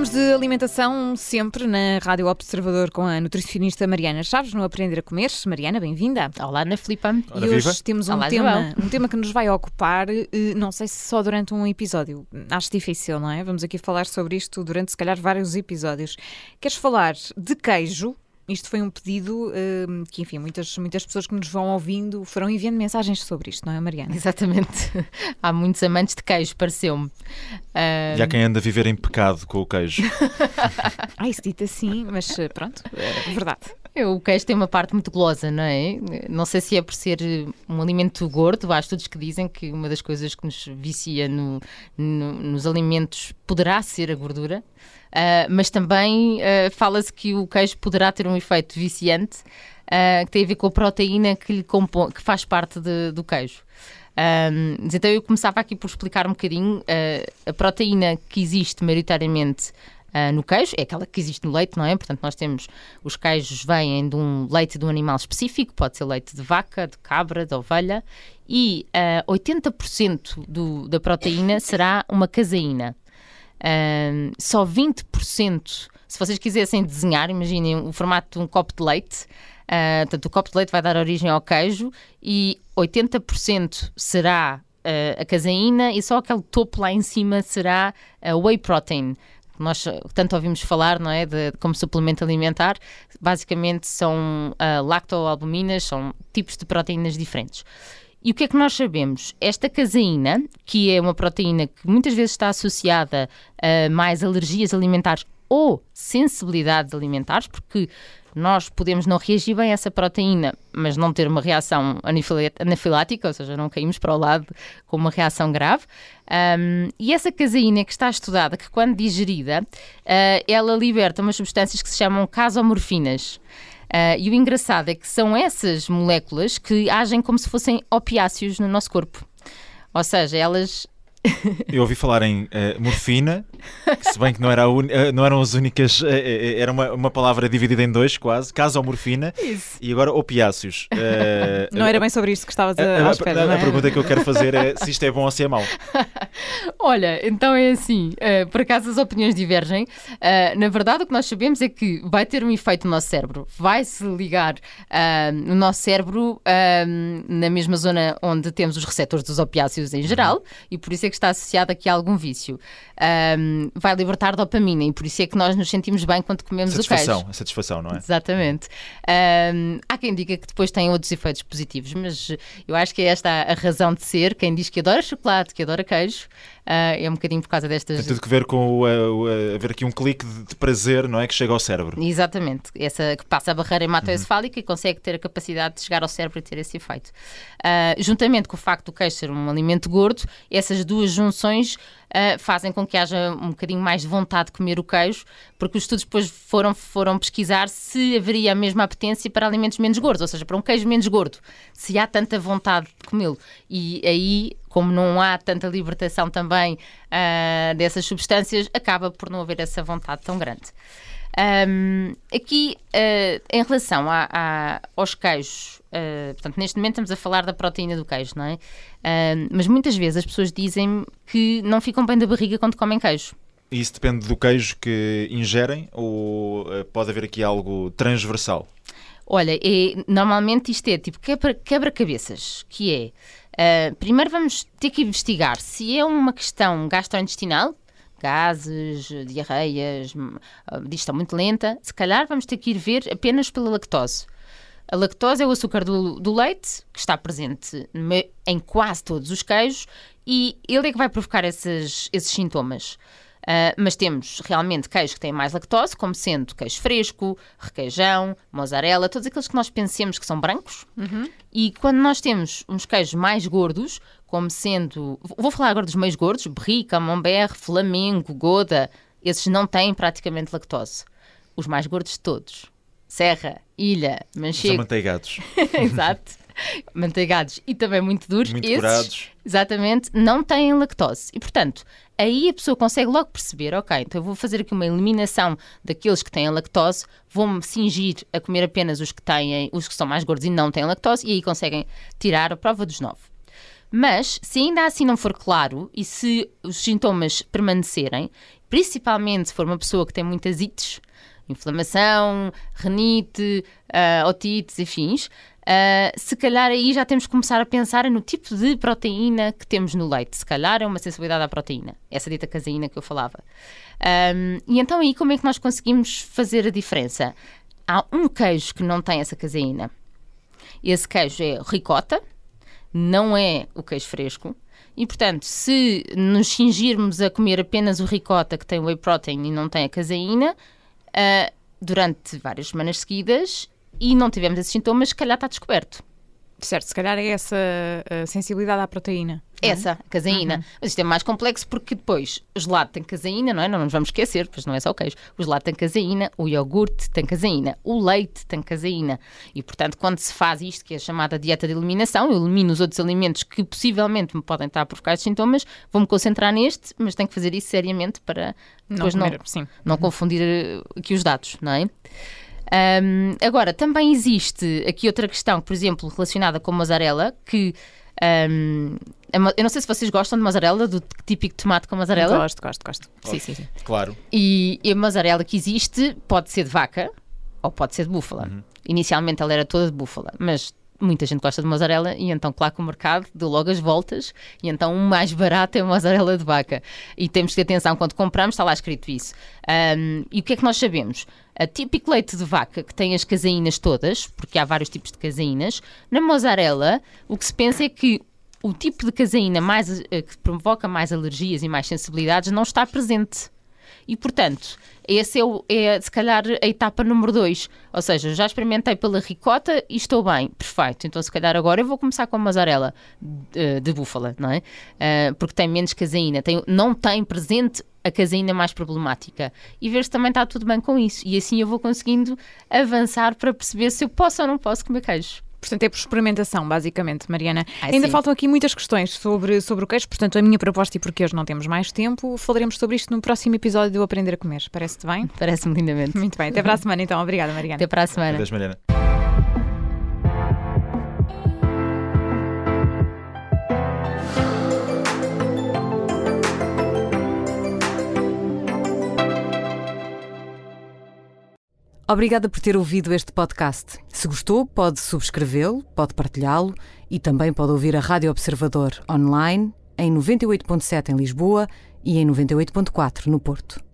Falamos de alimentação sempre na Rádio Observador com a nutricionista Mariana Chaves no Aprender a Comer. Mariana, bem-vinda. Olá, Ana Filipa. E hoje temos um tema que nos vai ocupar, não sei se só durante um episódio. Acho difícil, não é? Vamos aqui falar sobre isto durante, se calhar, vários episódios. Queres falar de queijo? Isto foi um pedido que, enfim, muitas pessoas que nos vão ouvindo foram enviando mensagens sobre isto, não é, Mariana? Exatamente. Há muitos amantes de queijo, pareceu-me. E há quem anda a viver em pecado com o queijo. Isso dito assim, mas pronto, é verdade. O queijo tem uma parte muito gulosa, não é? Não sei se é por ser um alimento gordo. Há estudos que dizem que uma das coisas que nos vicia nos alimentos poderá ser a gordura. Mas também fala-se que o queijo poderá ter um efeito viciante que tem a ver com a proteína que faz parte do queijo. Então eu começava aqui por explicar um bocadinho a proteína que existe maioritariamente no queijo, é aquela que existe no leite, não é? Portanto, nós temos, os queijos vêm de um leite de um animal específico, pode ser leite de vaca, de cabra, de ovelha, e 80% da proteína será uma caseína. Só 20%, se vocês quisessem desenhar, imaginem o formato de um copo de leite, portanto, o copo de leite vai dar origem ao queijo e 80% será a caseína e só aquele topo lá em cima será a whey protein. Nós tanto ouvimos falar, não é, como suplemento alimentar. Basicamente são lactoalbuminas, são tipos de proteínas diferentes. E o que é que nós sabemos? Esta caseína, que é uma proteína que muitas vezes está associada a mais alergias alimentares ou sensibilidades alimentares, porque nós podemos não reagir bem a essa proteína, mas não ter uma reação anafilática, ou seja, não caímos para o lado com uma reação grave. E essa caseína que está estudada, que quando digerida, ela liberta umas substâncias que se chamam casomorfinas. E o engraçado é que são essas moléculas que agem como se fossem opiáceos no nosso corpo. Ou seja, elas... Eu ouvi falar em morfina, que se bem que não eram as únicas, era uma palavra dividida em dois quase, casomorfina. Isso. E agora opiáceos. Não era bem sobre isto que estavas à espera, não é? A pergunta que eu quero fazer é se isto é bom ou se é mau. Olha, então é assim, por acaso as opiniões divergem. Na verdade o que nós sabemos é que vai ter um efeito no nosso cérebro, vai-se ligar no nosso cérebro na mesma zona onde temos os receptores dos opiáceos em geral, e por isso é que está associado aqui a algum vício. Vai libertar dopamina e por isso é que nós nos sentimos bem quando comemos o queijo. A satisfação, não é? Exatamente. Há quem diga que depois tem outros efeitos positivos, mas eu acho que é esta a razão de ser. Quem diz que adora chocolate, que adora queijo, é um bocadinho por causa destas... Tem tudo que ver com haver aqui um clique de prazer, não é? Que chega ao cérebro. Exatamente. Essa que passa a barreira hematoencefálica e consegue ter a capacidade de chegar ao cérebro e ter esse efeito. Juntamente com o facto do queijo ser um alimento gordo, essas duas junções fazem com que haja um bocadinho mais de vontade de comer o queijo, porque os estudos depois foram pesquisar se haveria a mesma apetência para alimentos menos gordos, ou seja, para um queijo menos gordo, se há tanta vontade de comê-lo. E aí, como não há tanta libertação também dessas substâncias, acaba por não haver essa vontade tão grande. Aqui, em relação aos queijos, portanto, neste momento estamos a falar da proteína do queijo, não é? Mas muitas vezes as pessoas dizem que não ficam bem da barriga quando comem queijo. E isso depende do queijo que ingerem ou pode haver aqui algo transversal? Olha, normalmente isto é tipo quebra-cabeças, que é... primeiro vamos ter que investigar se é uma questão gastrointestinal, gases, diarreias, digestão muito lenta. Se calhar vamos ter que ir ver apenas pela lactose. A lactose é o açúcar do leite, que está presente em quase todos os queijos, e ele é que vai provocar esses sintomas. Mas temos realmente queijos que têm mais lactose, como sendo queijo fresco, requeijão, mozzarella, todos aqueles que nós pensemos que são brancos. E quando nós temos uns queijos mais gordos, como sendo... Vou falar agora dos mais gordos, Brie, Camembert, Flamengo, Gouda, esses não têm praticamente lactose. Os mais gordos de todos. Serra, Ilha, Manchego... São manteigados. Exato. Manteigados e também muito duros. Muito esses, curados. Exatamente, não têm lactose. E, portanto, aí a pessoa consegue logo perceber, ok, então eu vou fazer aqui uma eliminação daqueles que têm lactose, vou-me cingir a comer apenas os que são mais gordos e não têm lactose, e aí conseguem tirar a prova dos 9. Mas, se ainda assim não for claro e se os sintomas permanecerem, principalmente se for uma pessoa que tem muitas ites, inflamação, renite, otites e afins, se calhar aí já temos que começar a pensar no tipo de proteína que temos no leite. Se calhar é uma sensibilidade à proteína, essa dita caseína que eu falava. E então aí como é que nós conseguimos fazer a diferença? Há um queijo que não tem essa caseína. Esse queijo é ricota, não é o queijo fresco. E, portanto, se nos cingirmos a comer apenas o ricota que tem whey protein e não tem a caseína, durante várias semanas seguidas e não tivemos esses sintomas, se calhar está descoberto. Certo, se calhar é essa a sensibilidade à proteína. Essa, a caseína. Mas isto é mais complexo porque depois o gelado tem caseína, não é? Não nos vamos esquecer, pois não é só o queijo. O gelado tem caseína, o iogurte tem caseína, o leite tem caseína. E, portanto, quando se faz isto, que é a chamada dieta de eliminação, eu elimino os outros alimentos que possivelmente me podem estar a provocar estes sintomas, vou-me concentrar neste, mas tenho que fazer isso seriamente para depois não confundir aqui os dados, não é? Agora, também existe aqui outra questão, por exemplo, relacionada com a mozzarella, que eu não sei se vocês gostam de mozzarella, do típico tomate com mozzarella. Gosto. Sim. Claro. E a mozzarella que existe pode ser de vaca ou pode ser de búfala. Inicialmente ela era toda de búfala, mas muita gente gosta de mozzarella e então, claro que o mercado deu logo as voltas e então o mais barato é a mozzarella de vaca. E temos que ter atenção, quando compramos está lá escrito isso. E o que é que nós sabemos? A típico leite de vaca, que tem as caseínas todas, porque há vários tipos de caseínas, na mozzarella o que se pensa é que o tipo de caseína que provoca mais alergias e mais sensibilidades não está presente. E, portanto, esse é se calhar a etapa número 2. Ou seja, já experimentei pela ricota e estou bem, perfeito. Então, se calhar agora eu vou começar com a mozzarella de búfala, não é? Porque tem menos caseína, não tem presente a caseína mais problemática. E ver se também está tudo bem com isso. E assim eu vou conseguindo avançar para perceber se eu posso ou não posso comer queijo. Portanto, é por experimentação, basicamente, Mariana. sim. Ainda faltam aqui muitas questões sobre o queijo, portanto, a minha proposta, e porque hoje não temos mais tempo, falaremos sobre isto no próximo episódio do Aprender a Comer. Parece-te bem? Parece-me lindamente. Muito bem. Até para a semana, então. Obrigada, Mariana. Até para a semana. Adeus, Mariana. Obrigada por ter ouvido este podcast. Se gostou, pode subscrevê-lo, pode partilhá-lo e também pode ouvir a Rádio Observador online em 98.7 em Lisboa e em 98.4 no Porto.